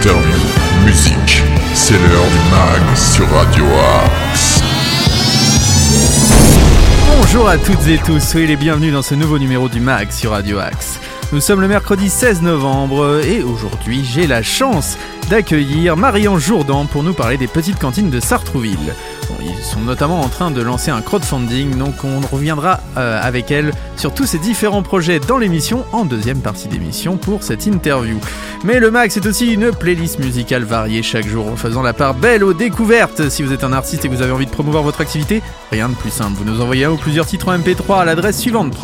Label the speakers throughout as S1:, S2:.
S1: interviews, musique, c'est l'heure du mag sur Radio Axe.
S2: Bonjour à toutes et tous, soyez les bienvenus dans ce nouveau numéro du mag sur Radio Axe. Nous sommes le mercredi 16 novembre et aujourd'hui j'ai la chance d'accueillir Marie-Ange Jourdan pour nous parler des petites cantines de Sartrouville. Bon, ils sont notamment en train de lancer un crowdfunding, donc on reviendra avec elle sur tous ces différents projets dans l'émission, en deuxième partie d'émission pour cette interview. Mais le mag c'est aussi une playlist musicale variée chaque jour, en faisant la part belle aux découvertes. Si vous êtes un artiste et que vous avez envie de promouvoir votre activité, rien de plus simple, vous nous envoyez un ou plusieurs titres en MP3 à l'adresse suivante,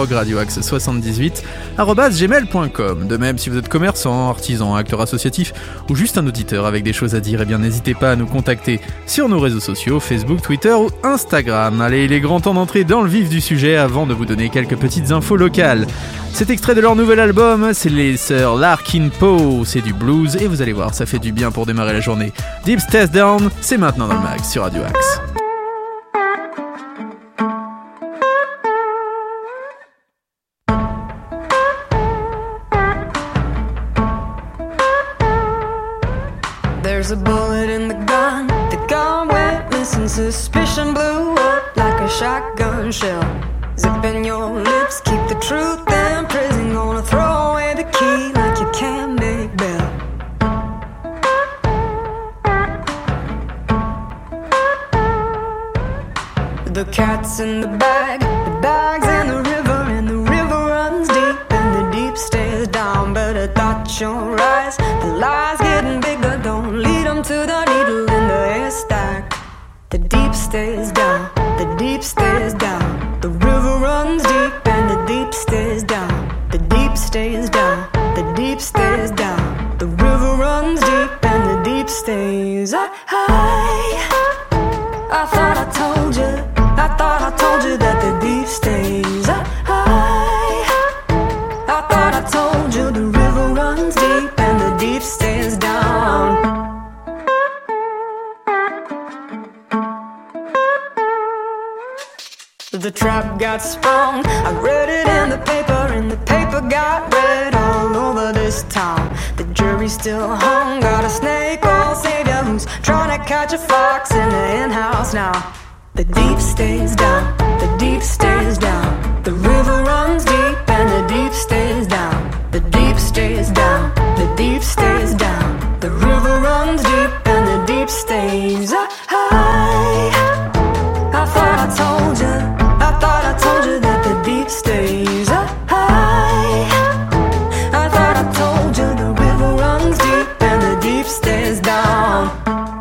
S2: progradioaxe78@gmail.com. De même, si vous êtes commerçant, artisan, acteur associatif ou juste un auditeur avec des choses à dire, eh bien n'hésitez pas à nous contacter sur nos réseaux sociaux, Facebook, Twitter ou Instagram. Allez, il est grand temps d'entrer dans le vif du sujet avant de vous donner quelques petites infos locales. Cet extrait de leur nouvel album, c'est les sœurs Larkin Poe, c'est du blues et vous allez voir, ça fait du bien pour démarrer la journée. Deep Stares Down, c'est maintenant dans le mag sur Radio Axe.
S3: There's a bullet in the gun went missing, suspicion blew up like a shotgun shell. Zipping your lips, keep the truth in prison, gonna throw away the key like you can't make bail. The cat's in the bag's in the river, and the river runs deep, and the deep stares down. Better dot your eyes, the lies getting bigger, don't lead them to the needle in the haystack. The deep stares down, the deep stares down. The river runs deep, and the deep stares down. The deep stares down, the deep stares down. The river runs deep, and the deep stays high. I thought I told you, I thought I told you that the deep stays high. I thought I told you the river runs deep and the deep stays down. The trap got sprung, I read it in the paper, and the paper got read all over this town. The jury still hung, got a snake oil savior who's trying to catch a fox in the hen-house now. The deep stays down, the deep stays down. The river runs deep and the deep stays down. The deep stays down, the deep stays down. The river runs deep and the deep stays high. I thought I told you, I thought I told you that the deep stays high. I thought I told you the river runs deep and the deep stays down.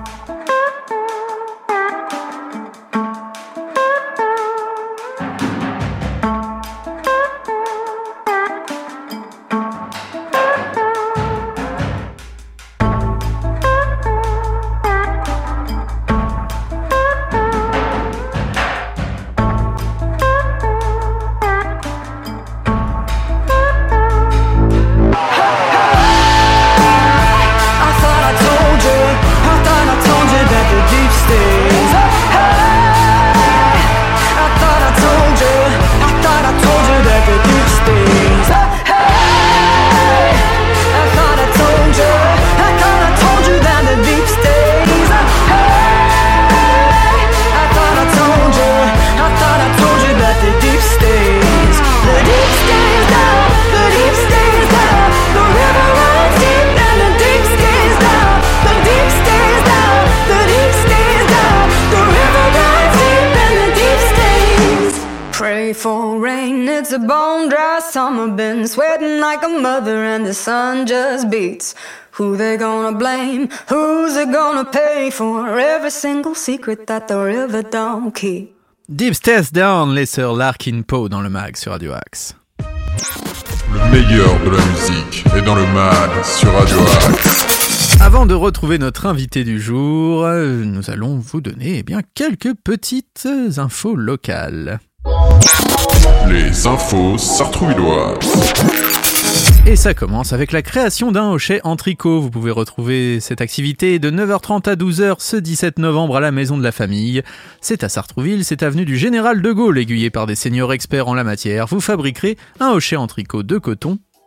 S3: It's a bone dry summer, been sweating like a mother, and the sun just beats. Who they gonna blame? Who's it gonna pay for every single secret that the river don't keep?
S2: Deep Stares Down, les sœurs Larkin Poe dans le mag sur Radio Axe.
S1: Le meilleur de la musique est dans le mag sur Radio Axe.
S2: Avant de retrouver notre invité du jour, nous allons vous donner quelques petites infos locales.
S1: Les infos sartrouvilloises.
S2: Et ça commence avec la création d'un hochet en tricot. Vous pouvez retrouver cette activité de 9h30 à 12h ce 17 novembre à la Maison de la Famille. C'est à Sartrouville, c'est avenue du Général de Gaulle, aiguillé par des seniors experts en la matière. Vous fabriquerez un hochet en tricot de coton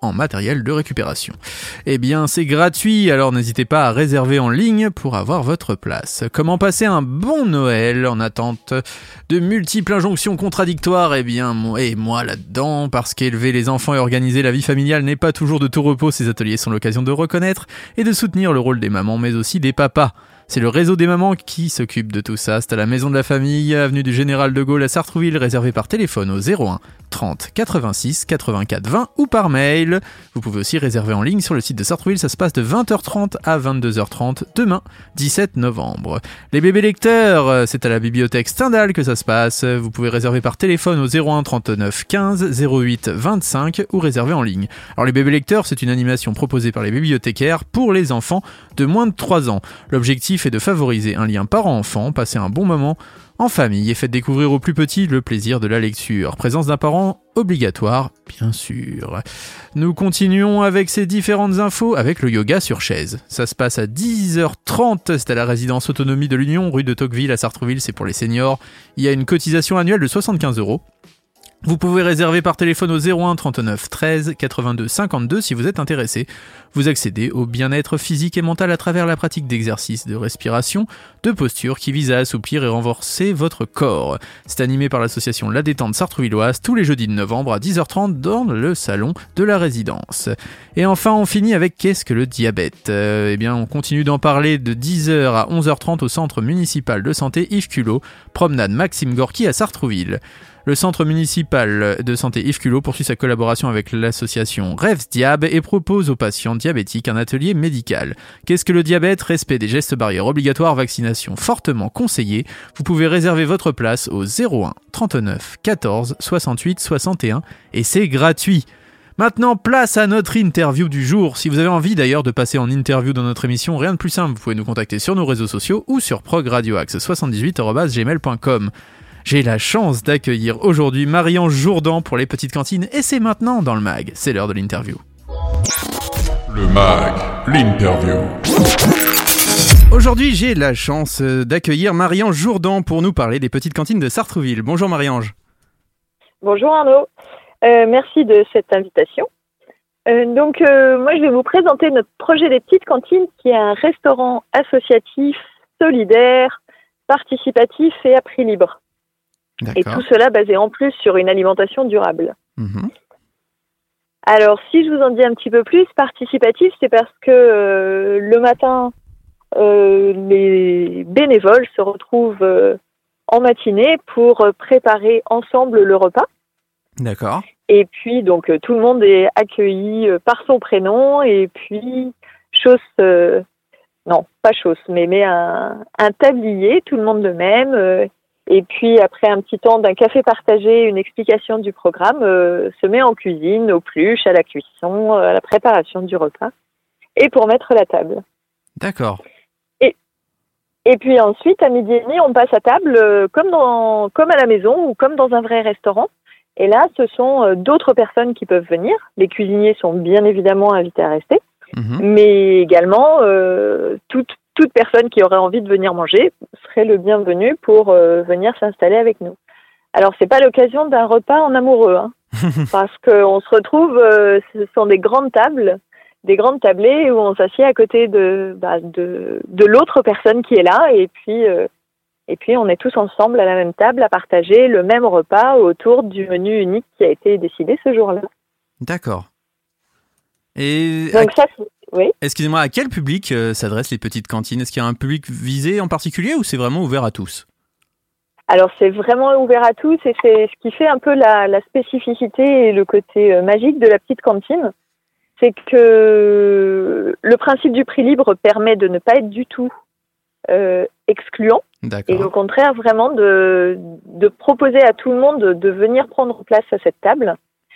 S2: en matériel de récupération. Eh bien, c'est gratuit, alors n'hésitez pas à réserver en ligne pour avoir votre place. Comment passer un bon Noël en attente de multiples injonctions contradictoires? Eh bien, moi là-dedans, parce qu'élever les enfants et organiser la vie familiale n'est pas toujours de tout repos, ces ateliers sont l'occasion de reconnaître et de soutenir le rôle des mamans, mais aussi des papas. C'est le réseau des mamans qui s'occupe de tout ça. C'est à la Maison de la Famille, avenue du Général de Gaulle à Sartrouville, réservé par téléphone au 01 30 86 84 20 ou par mail. Vous pouvez aussi réserver en ligne sur le site de Sartrouville. Ça se passe de 20h30 à 22h30 demain, 17 novembre. Les bébés lecteurs, c'est à la bibliothèque Stendhal que ça se passe. Vous pouvez réserver par téléphone au 01 39 15 08 25 ou réserver en ligne. Alors les bébés lecteurs, c'est une animation proposée par les bibliothécaires pour les enfants de moins de 3 ans. L'objectif est de favoriser un lien parent-enfant, passer un bon moment en famille et faites découvrir aux plus petits le plaisir de la lecture. Présence d'un parent obligatoire, bien sûr. Nous continuons avec ces différentes infos avec le yoga sur chaise. Ça se passe à 10h30, c'est à la résidence autonomie de l'Union, rue de Tocqueville à Sartrouville, c'est pour les seniors. Il y a une cotisation annuelle de 75 €. Vous pouvez réserver par téléphone au 01 39 13 82 52 si vous êtes intéressé. Vous accédez au bien-être physique et mental à travers la pratique d'exercices de respiration, de posture qui visent à assouplir et renforcer votre corps. C'est animé par l'association La Détente Sartrouvilloise tous les jeudis de novembre à 10h30 dans le salon de la résidence. Et enfin, on finit avec qu'est-ce que le diabète ? Eh bien, on continue d'en parler de 10h à 11h30 au centre municipal de santé Yves Culot, promenade Maxime Gorky à Sartrouville. Le centre municipal de santé Yves Culot poursuit sa collaboration avec l'association Rêves Diab et propose aux patients diabétiques un atelier médical. Qu'est-ce que le diabète ? Respect des gestes barrières obligatoires, vaccination fortement conseillée. Vous pouvez réserver votre place au 01 39 14 68 61 et c'est gratuit. Maintenant, place à notre interview du jour. Si vous avez envie d'ailleurs de passer en interview dans notre émission, rien de plus simple, vous pouvez nous contacter sur nos réseaux sociaux ou sur progradioaxe78@gmail.com. J'ai la chance d'accueillir aujourd'hui Marie-Ange Jourdan pour les petites cantines et c'est maintenant dans le MAG, c'est l'heure de l'interview.
S1: Le MAG, l'interview.
S2: Aujourd'hui, j'ai la chance d'accueillir Marie-Ange Jourdan pour nous parler des petites cantines de Sartrouville. Bonjour Marie-Ange.
S4: Bonjour Arnaud, merci de cette invitation. Moi je vais vous présenter notre projet des petites cantines qui est un restaurant associatif, solidaire, participatif et à prix libre.
S2: D'accord.
S4: Et tout cela basé en plus sur une alimentation durable.
S2: Mmh.
S4: Alors, si je vous en dis un petit peu plus, participatif, c'est parce que le matin, les bénévoles se retrouvent en matinée pour préparer ensemble le repas.
S2: D'accord.
S4: Et puis, donc, tout le monde est accueilli par son prénom. Et puis, mais un tablier, tout le monde le même. Et puis, après un petit temps d'un café partagé, une explication du programme, se met en cuisine, aux pluches, à la cuisson, à la préparation du repas, et pour mettre la table.
S2: D'accord.
S4: Et puis ensuite, à midi et demi, on passe à table comme à la maison ou comme dans un vrai restaurant. Et là, ce sont d'autres personnes qui peuvent venir. Les cuisiniers sont bien évidemment invités à rester, mais également toute personne qui aurait envie de venir manger serait le bienvenu pour venir s'installer avec nous. Alors, c'est pas l'occasion d'un repas en amoureux, parce qu'on se retrouve, ce sont des grandes tablées où on s'assied à côté de l'autre personne qui est là, et puis on est tous ensemble à la même table à partager le même repas autour du menu unique qui a été décidé ce jour-là.
S2: D'accord. Et
S4: donc oui.
S2: Excusez-moi, à quel public s'adressent les petites cantines ? Est-ce qu'il y a un public visé en particulier ou c'est vraiment ouvert à tous ?
S4: Alors c'est vraiment ouvert à tous et c'est ce qui fait un peu la spécificité et le côté magique de la petite cantine. C'est que le principe du prix libre permet de ne pas être du tout excluant.
S2: D'accord.
S4: Et au contraire vraiment de proposer à tout le monde de venir prendre place à cette table.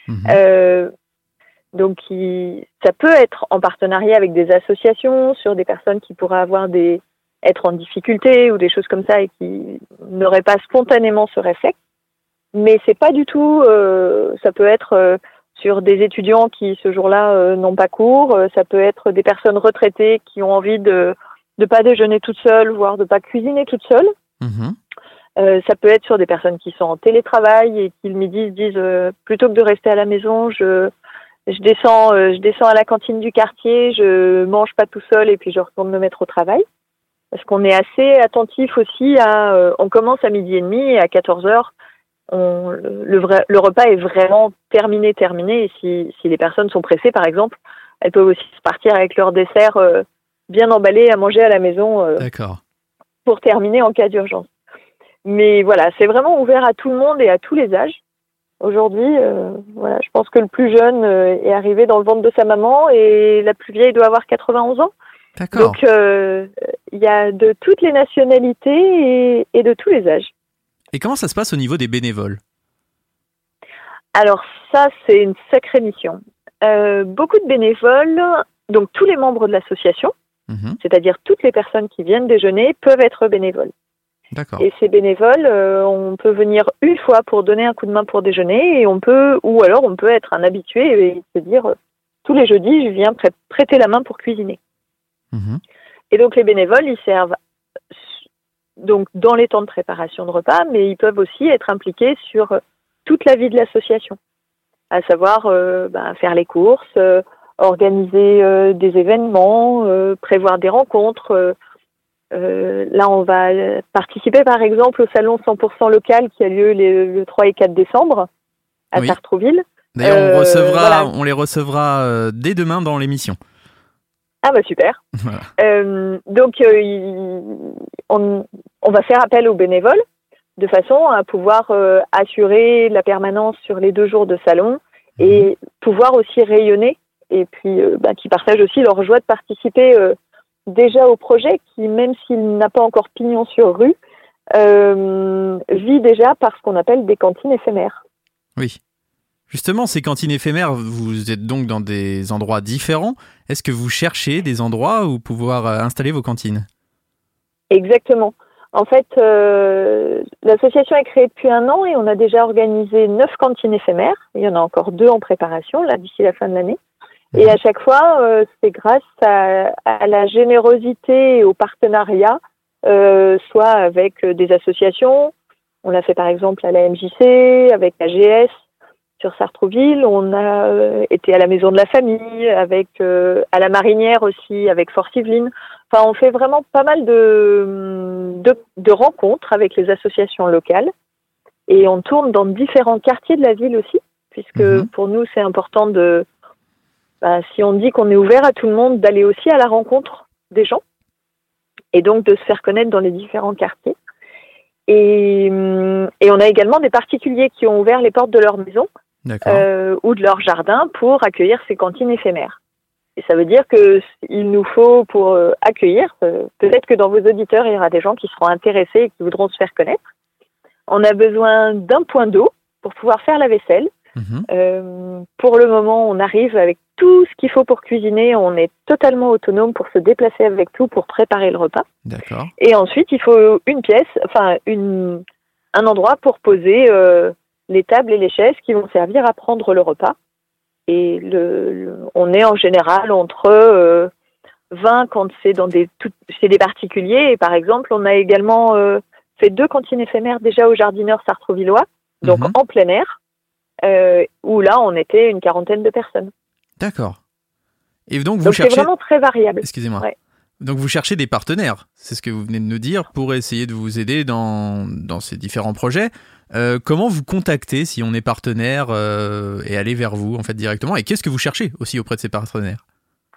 S4: Donc, ça peut être en partenariat avec des associations sur des personnes qui pourraient être en difficulté ou des choses comme ça et qui n'auraient pas spontanément ce réflexe. Mais c'est pas du tout. Ça peut être sur des étudiants qui ce jour-là n'ont pas cours. Ça peut être des personnes retraitées qui ont envie de pas déjeuner toutes seules, voire de pas cuisiner toutes seules. Ça peut être sur des personnes qui sont en télétravail et qui le midi se disent plutôt que de rester à la maison, je je descends à la cantine du quartier, je mange pas tout seul et puis je retourne me mettre au travail. Parce qu'on est assez attentif aussi on commence à 12h30 et à 14h, le repas est vraiment terminé. Et si les personnes sont pressées, par exemple, elles peuvent aussi partir avec leur dessert bien emballé à manger à la maison
S2: D'accord.
S4: pour terminer en cas d'urgence. Mais voilà, c'est vraiment ouvert à tout le monde et à tous les âges. Aujourd'hui, voilà, je pense que le plus jeune est arrivé dans le ventre de sa maman et la plus vieille doit avoir 91 ans.
S2: D'accord.
S4: Donc, il y a de toutes les nationalités et de tous les âges.
S2: Et comment ça se passe au niveau des bénévoles ?
S4: Alors ça, c'est une sacrée mission. Beaucoup de bénévoles, donc tous les membres de l'association, c'est-à-dire toutes les personnes qui viennent déjeuner, peuvent être bénévoles.
S2: D'accord.
S4: Et ces bénévoles, on peut venir une fois pour donner un coup de main pour déjeuner, ou alors on peut être un habitué et se dire tous les jeudis, je viens prêter la main pour cuisiner. Et donc les bénévoles, ils servent donc dans les temps de préparation de repas, mais ils peuvent aussi être impliqués sur toute la vie de l'association, à savoir faire les courses, organiser des événements, prévoir des rencontres. Là, on va participer par exemple au salon 100% local qui a lieu le 3 et 4 décembre à Sartrouville.
S2: D'ailleurs, on les recevra dès demain dans l'émission.
S4: Ah bah super.
S2: Voilà.
S4: Donc on va faire appel aux bénévoles de façon à pouvoir assurer la permanence sur les 2 jours de salon et pouvoir aussi rayonner et puis qui partagent aussi leur joie de participer déjà au projet qui, même s'il n'a pas encore pignon sur rue, vit déjà par ce qu'on appelle des cantines éphémères.
S2: Oui. Justement, ces cantines éphémères, vous êtes donc dans des endroits différents. Est-ce que vous cherchez des endroits où pouvoir installer vos cantines ?
S4: Exactement. En fait, l'association est créée depuis 1 an et on a déjà organisé 9 cantines éphémères. Il y en a encore 2 en préparation, là, d'ici la fin de l'année. Et à chaque fois, c'est grâce à la générosité et au partenariat, soit avec des associations. On l'a fait par exemple à la MJC, avec la GS sur Sartrouville. On a été à la Maison de la Famille, à la Marinière aussi, avec Fort Yvelines. Enfin, on fait vraiment pas mal de rencontres avec les associations locales. Et on tourne dans différents quartiers de la ville aussi, puisque pour nous, c'est important si on dit qu'on est ouvert à tout le monde, d'aller aussi à la rencontre des gens et donc de se faire connaître dans les différents quartiers. Et on a également des particuliers qui ont ouvert les portes de leur maison ou de leur jardin pour accueillir ces cantines éphémères. Et ça veut dire qu'il nous faut, pour accueillir, peut-être que dans vos auditeurs, il y aura des gens qui seront intéressés et qui voudront se faire connaître. On a besoin d'un point d'eau pour pouvoir faire la vaisselle. Pour le moment, on arrive avec tout ce qu'il faut pour cuisiner. On est totalement autonome pour se déplacer avec tout pour préparer le repas.
S2: D'accord.
S4: Et ensuite, il faut une pièce, un endroit pour poser les tables et les chaises qui vont servir à prendre le repas. Et on est en général entre 20 quand c'est chez des particuliers. Et par exemple, on a également fait 2 cantines éphémères déjà aux jardineurs sartrouvillois, donc en plein air. Où là, on était une 40aine de personnes.
S2: D'accord. Et donc
S4: c'est vraiment très variable.
S2: Excusez-moi. Ouais. Donc vous cherchez des partenaires, c'est ce que vous venez de nous dire, pour essayer de vous aider dans ces différents projets. Comment vous contacter si on est partenaire et aller vers vous en fait directement ? Et qu'est-ce que vous cherchez aussi auprès de ces partenaires ?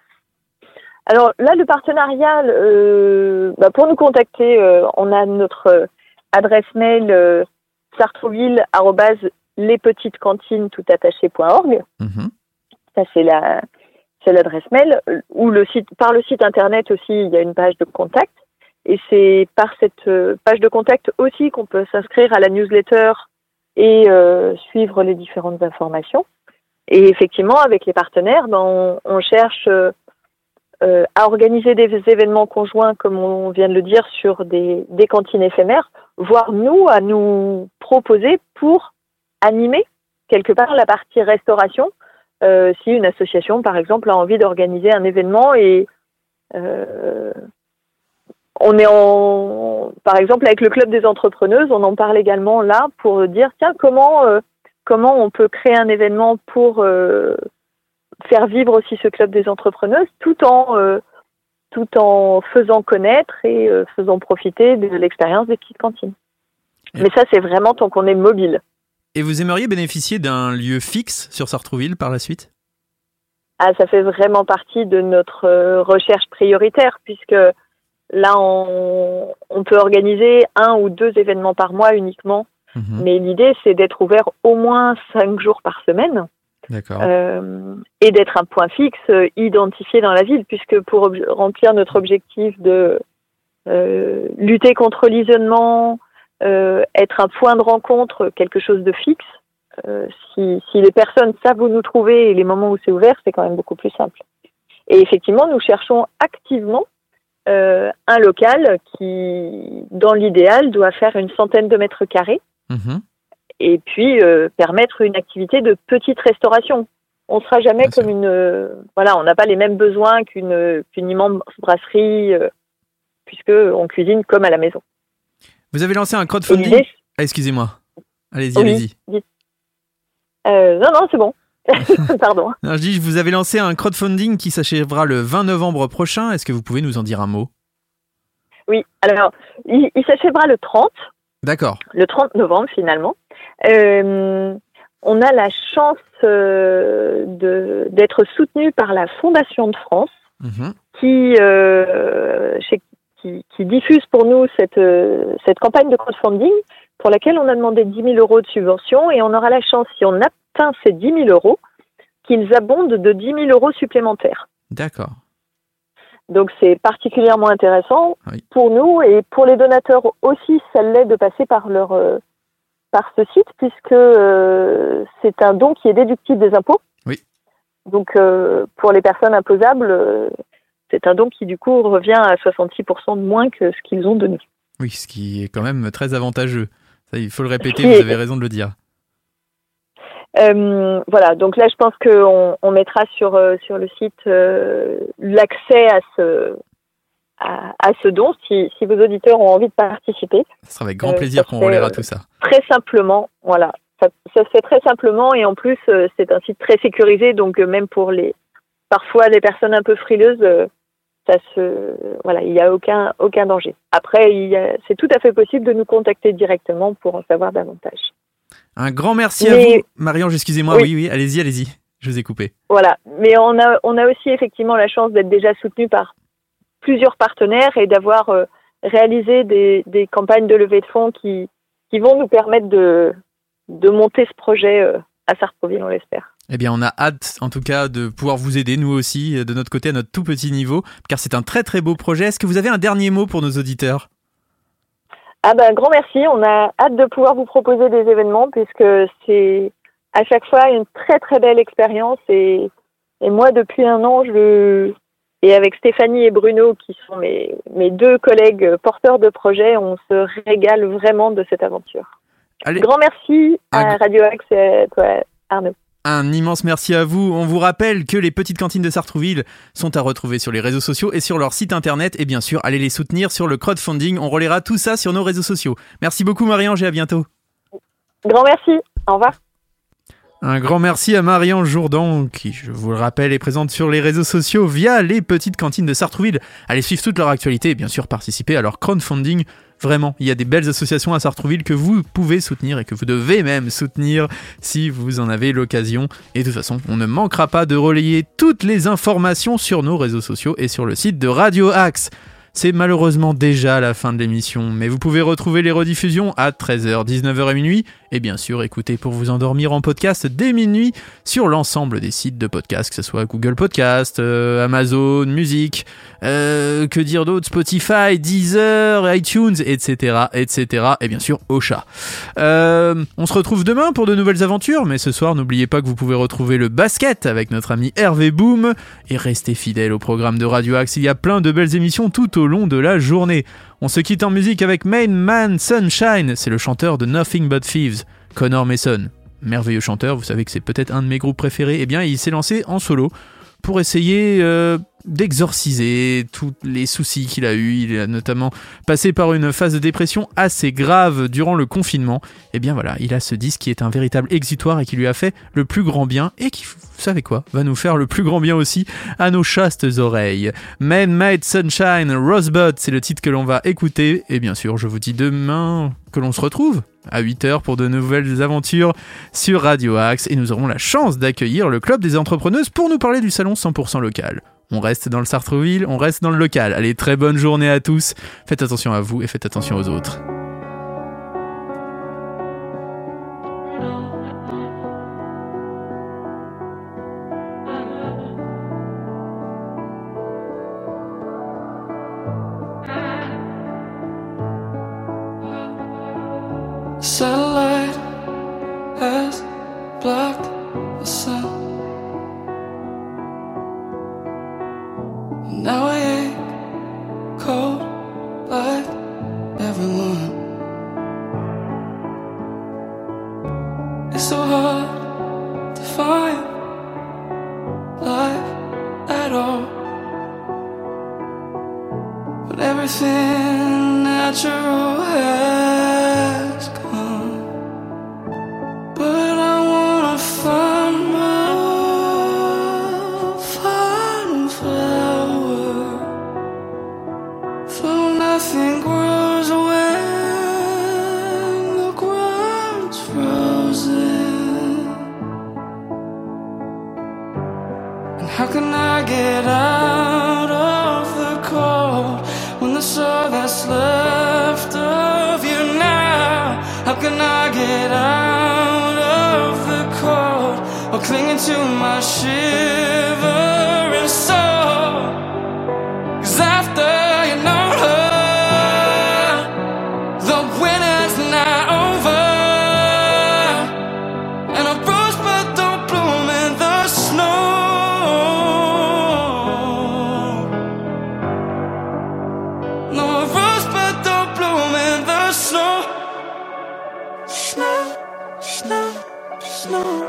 S4: Alors là, le partenariat, pour nous contacter, on a notre adresse mail sartrouville@lespetitescantines.org. Ça, c'est l'adresse mail. Ou par le site internet aussi, il y a une page de contact. Et c'est par cette page de contact aussi qu'on peut s'inscrire à la newsletter et suivre les différentes informations. Et effectivement, avec les partenaires, on cherche à organiser des événements conjoints, comme on vient de le dire, sur des cantines éphémères, voire à nous proposer pour animer quelque part la partie restauration, si une association, par exemple, a envie d'organiser un événement et on est par exemple, avec le club des entrepreneuses, on en parle également là pour dire, tiens, comment on peut créer un événement pour faire vivre aussi ce club des entrepreneuses tout en faisant connaître et faisant profiter de l'expérience des petites cantines. Mais ça, c'est vraiment tant qu'on est mobile.
S2: Et vous aimeriez bénéficier d'un lieu fixe sur Sartrouville par la suite ?
S4: Ah, ça fait vraiment partie de notre recherche prioritaire, puisque là, on peut organiser 1 ou 2 événements par mois uniquement. Mais l'idée, c'est d'être ouvert au moins 5 jours par semaine.
S2: D'accord.
S4: Et d'être un point fixe identifié dans la ville, puisque pour remplir notre objectif de lutter contre l'isolement, être un point de rencontre, quelque chose de fixe, si les personnes savent où nous trouver et les moments où c'est ouvert, c'est quand même beaucoup plus simple. Et effectivement, nous cherchons activement un local qui, dans l'idéal, doit faire une centaine de mètres carrés. Et puis permettre une activité de petite restauration. On ne sera jamais comme on n'a pas les mêmes besoins qu'une immense brasserie, puisque on cuisine comme à la maison.
S2: Vous avez lancé un crowdfunding. Excusez-moi. Allez-y.
S4: Non, c'est bon. Pardon.
S2: Non, je dis, vous avez lancé un crowdfunding qui s'achèvera le 20 novembre prochain. Est-ce que vous pouvez nous en dire un mot ?
S4: Oui, alors, il s'achèvera le 30.
S2: D'accord.
S4: Le 30 novembre, finalement. On a la chance d'être soutenu par la Fondation de France, qui diffuse pour nous cette campagne de crowdfunding, pour laquelle on a demandé 10 000 € de subvention, et on aura la chance, si on atteint ces 10 000 €, qu'ils abondent de 10 000 € supplémentaires.
S2: D'accord.
S4: Donc c'est particulièrement intéressant pour nous, et pour les donateurs aussi, ça l'est de passer par ce site, puisque c'est un don qui est déductible des impôts. Oui. Donc pour les personnes imposables, c'est un don qui du coup revient à 66% de moins que ce qu'ils ont donné.
S2: Oui, ce qui est quand même très avantageux. Ça, il faut le répéter, vous avez raison de le dire.
S4: Voilà, donc là je pense qu'on mettra sur le site l'accès à ce don si vos auditeurs ont envie de participer.
S2: Ce sera avec grand plaisir qu'on relaiera tout ça.
S4: Très simplement, voilà. Ça se fait très simplement, et en plus c'est un site très sécurisé, donc même pour parfois les personnes un peu frileuses, il n'y a aucun danger. Après, c'est tout à fait possible de nous contacter directement pour en savoir davantage.
S2: Un grand merci à vous. Marianne, excusez-moi, oui, allez-y, je vous ai coupé. Voilà,
S4: mais on a aussi effectivement la chance d'être déjà soutenu par plusieurs partenaires et d'avoir réalisé des campagnes de levée de fonds qui vont nous permettre de monter ce projet à Sartrouville, on l'espère.
S2: Eh bien, on a hâte, en tout cas, de pouvoir vous aider, nous aussi, de notre côté, à notre tout petit niveau, car c'est un très très beau projet. Est-ce que vous avez un dernier mot pour nos auditeurs ?
S4: Grand merci. On a hâte de pouvoir vous proposer des événements, puisque c'est à chaque fois une très très belle expérience. Et moi, depuis 1 an, et avec Stéphanie et Bruno, qui sont mes 2 collègues porteurs de projet, on se régale vraiment de cette aventure. Allez. Grand merci à Radio Axe et à toi, Arnaud.
S2: Un immense merci à vous. On vous rappelle que les petites cantines de Sartrouville sont à retrouver sur les réseaux sociaux et sur leur site internet. Et bien sûr, allez les soutenir sur le crowdfunding. On relaiera tout ça sur nos réseaux sociaux. Merci beaucoup Marie-Ange et à bientôt.
S4: Grand merci. Au revoir.
S2: Un grand merci à Marie-Ange Jourdan, qui, je vous le rappelle, est présente sur les réseaux sociaux via les petites cantines de Sartrouville. Allez suivre toute leur actualité et bien sûr participer à leur crowdfunding. Vraiment, il y a des belles associations à Sartrouville que vous pouvez soutenir et que vous devez même soutenir si vous en avez l'occasion. Et de toute façon, on ne manquera pas de relayer toutes les informations sur nos réseaux sociaux et sur le site de Radio Axe. C'est malheureusement déjà la fin de l'émission, mais vous pouvez retrouver les rediffusions à 13h, 19h et minuit, et bien sûr écouter pour vous endormir en podcast dès minuit sur l'ensemble des sites de podcast, que ce soit Google Podcast, Amazon Music, que dire d'autre, Spotify, Deezer, iTunes, etc., et bien sûr Ocha. On se retrouve demain pour de nouvelles aventures, mais ce soir n'oubliez pas que vous pouvez retrouver le basket avec notre ami Hervé Boom, et restez fidèles au programme de Radio Axe, il y a plein de belles émissions tout au long de la journée. On se quitte en musique avec Main Man Sunshine, c'est le chanteur de Nothing But Thieves, Connor Mason. Merveilleux chanteur, vous savez que c'est peut-être un de mes groupes préférés, et bien il s'est lancé en solo pour essayer d'exorciser tous les soucis qu'il a eus. Il a notamment passé par une phase de dépression assez grave durant le confinement. Et bien voilà, il a ce disque qui est un véritable exutoire et qui lui a fait le plus grand bien et qui, vous savez quoi, va nous faire le plus grand bien aussi à nos chastes oreilles. Man-Made Sunshine, Rosebud, c'est le titre que l'on va écouter. Et bien sûr, je vous dis demain que l'on se retrouve à 8h pour de nouvelles aventures sur Radio Axe. Et nous aurons la chance d'accueillir le Club des Entrepreneuses pour nous parler du salon 100% local. On reste dans le Sartrouville, on reste dans le local. Allez, très bonne journée à tous. Faites attention à vous et faites attention aux autres.
S5: Satellite has blocked the sun. Now I ache cold like everyone. It's so hard to find life at all when everything natural has gone. But I wanna find my final flower, though nothing grows when the ground's frozen. And how can I get out of the cold when there's all that's left of you now? How can I get out of the cold while clinging to my shivering soul? 'Cause after you know her, the winter's not over, and a rosebud don't bloom in the snow. No, a rosebud don't bloom in the snow. Snow, snow, snow.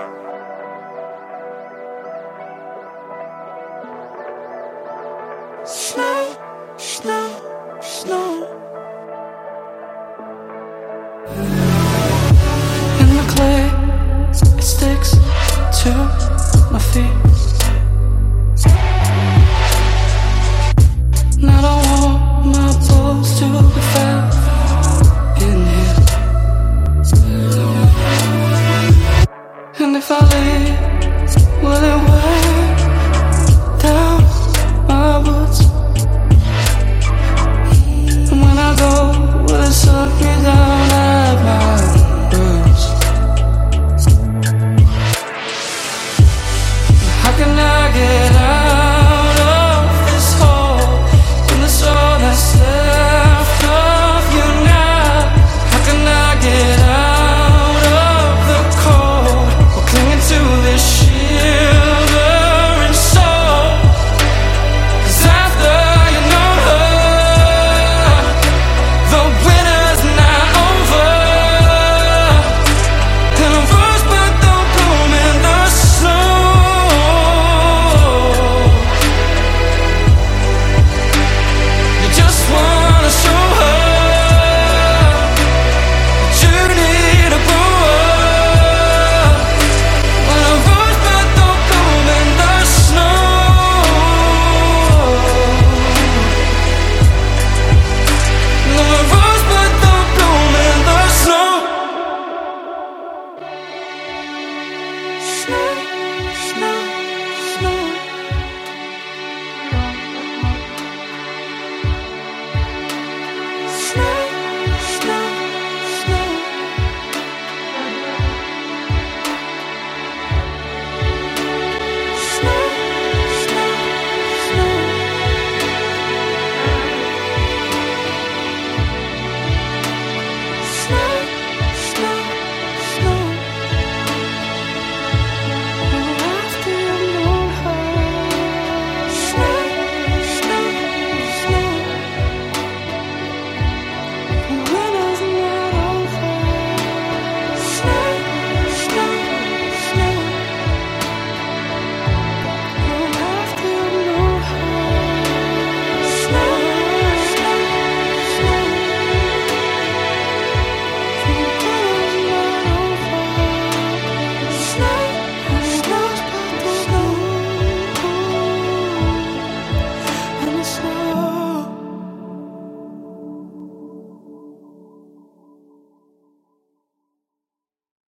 S5: Snow, snow, snow. In the clay, it sticks to my feet. And I don't want my bones to be found in here. And if I leave, will it work?